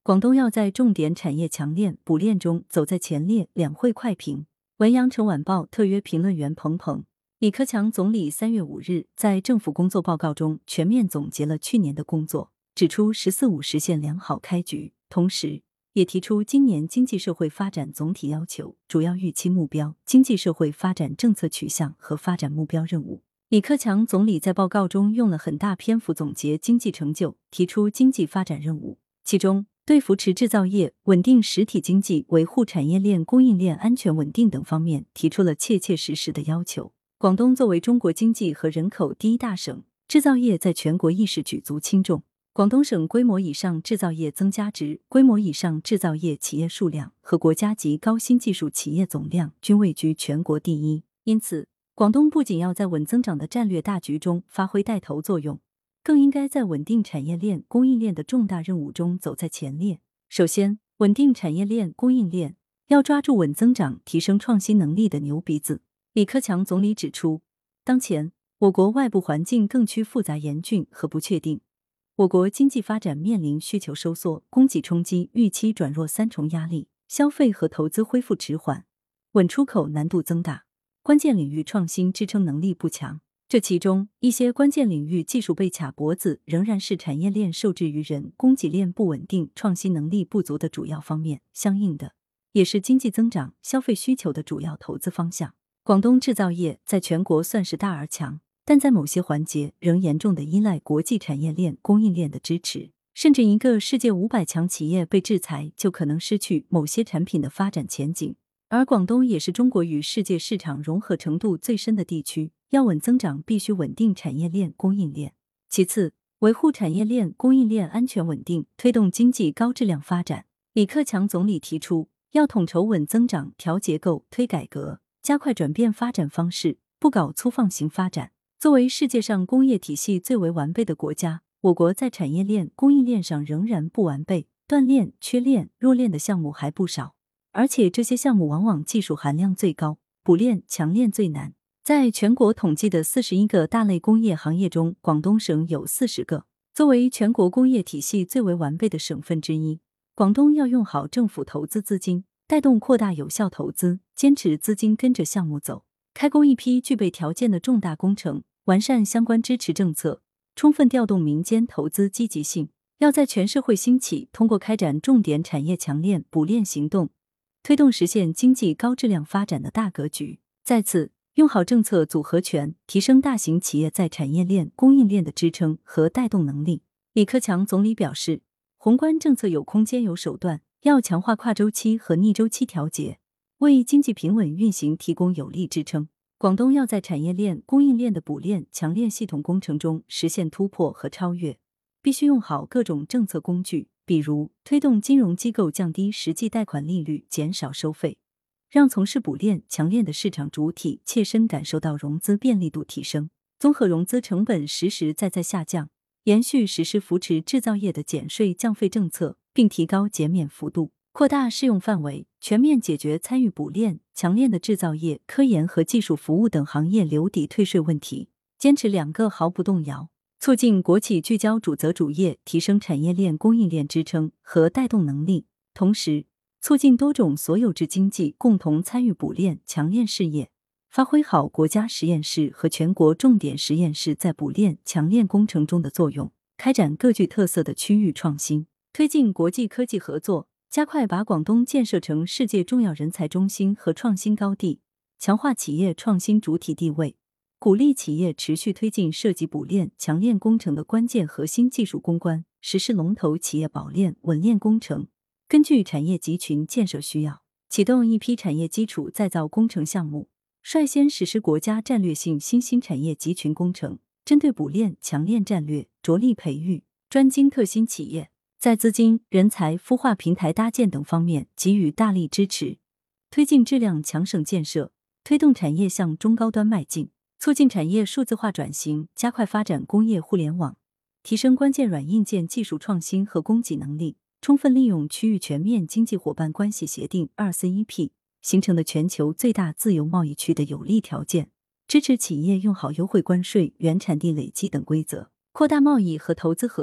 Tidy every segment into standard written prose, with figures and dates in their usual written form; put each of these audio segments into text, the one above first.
广东要在重点产业强链补链中走在前列，两会快评。文阳城晚报特约评论员彭彭。李克强总理3月5日在政府工作报告中全面总结了去年的工作，指出“十四五”实现良好开局，同时也提出今年经济社会发展总体要求、主要预期目标、经济社会发展政策取向和发展目标任务。李克强总理在报告中用了很大篇幅总结经济成就，提出经济发展任务，其中对扶持制造业、稳定实体经济、维护产业链供应链安全稳定等方面提出了切切实实的要求。广东作为中国经济和人口第一大省，制造业在全国亦是举足轻重。广东省规模以上制造业增加值、规模以上制造业企业数量和国家级高新技术企业总量均位居全国第一。因此，广东不仅要在稳增长的战略大局中发挥带头作用，更应该在稳定产业链供应链的重大任务中走在前列。首先，稳定产业链供应链，要抓住稳增长、提升创新能力的牛鼻子。李克强总理指出，当前我国外部环境更趋复杂严峻和不确定，我国经济发展面临需求收缩、供给冲击、预期转弱三重压力，消费和投资恢复迟缓，稳出口难度增大，关键领域创新支撑能力不强。这其中，一些关键领域技术被卡脖子，仍然是产业链受制于人、供给链不稳定、创新能力不足的主要方面，相应的也是经济增长、消费需求的主要投资方向。广东制造业在全国算是大而强，但在某些环节仍严重的依赖国际产业链供应链的支持，甚至一个世界500强企业被制裁，就可能失去某些产品的发展前景。而广东也是中国与世界市场融合程度最深的地区，要稳增长必须稳定产业链供应链。其次，维护产业链供应链安全稳定，推动经济高质量发展。李克强总理提出，要统筹稳增长、调结构、推改革，加快转变发展方式，不搞粗放型发展。作为世界上工业体系最为完备的国家，我国在产业链供应链上仍然不完备，断链、缺链、弱链的项目还不少，而且这些项目往往技术含量最高，补链、强链最难。在全国统计的41个大类工业行业中，广东省有40个。作为全国工业体系最为完备的省份之一，广东要用好政府投资资金，带动扩大有效投资，坚持资金跟着项目走，开工一批具备条件的重大工程，完善相关支持政策，充分调动民间投资积极性。要在全社会兴起，通过开展重点产业强链补链行动，推动实现经济高质量发展的大格局。在此，用好政策组合拳，提升大型企业在产业链供应链的支撑和带动能力。李克强总理表示，宏观政策有空间有手段，要强化跨周期和逆周期调节，为经济平稳运行提供有力支撑。广东要在产业链供应链的补链强链系统工程中实现突破和超越，必须用好各种政策工具，比如推动金融机构降低实际贷款利率，减少收费，让从事补链、强链的市场主体切身感受到融资便利度提升，综合融资成本实实在在下降，延续实施扶持制造业的减税降费政策，并提高减免幅度，扩大适用范围，全面解决参与补链、强链的制造业、科研和技术服务等行业留抵退税问题。坚持2个毫不动摇，促进国企聚焦主责主业，提升产业链供应链支撑和带动能力，同时促进多种所有制经济共同参与补链、强链事业，发挥好国家实验室和全国重点实验室在补链、强链工程中的作用，开展各具特色的区域创新，推进国际科技合作，加快把广东建设成世界重要人才中心和创新高地，强化企业创新主体地位，鼓励企业持续推进涉及补链、强链工程的关键核心技术攻关，实施龙头企业保链、稳链工程，根据产业集群建设需要，启动一批产业基础再造工程项目，率先实施国家战略性新兴产业集群工程，针对补链、强链战略，着力培育专精特新企业，在资金、人才、孵化平台搭建等方面给予大力支持，推进质量强省建设，推动产业向中高端迈进，促进产业数字化转型，加快发展工业互联网，提升关键软硬件技术创新和供给能力，充分利用区域全面经济伙伴关系协定 2CEP 形成的全球最大自由贸易区的有利条件，支持企业用好优惠关税、原产地累计等规则，扩大贸易和投资合作，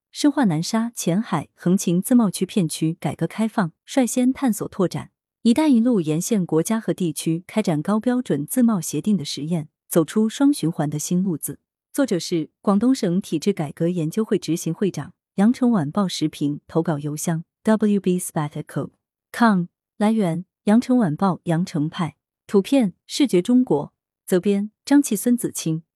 深化南沙、前海、横琴自贸区片区改革开放，率先探索拓展“一带一路”沿线国家和地区开展高标准自贸协定的实验，走出双循环的新路子。作者是广东省体制改革研究会执行会长，羊城晚报时评投稿邮箱 wbspectacle.com。来源：羊城晚报羊城派，图片视觉中国，责编张琪、孙子清。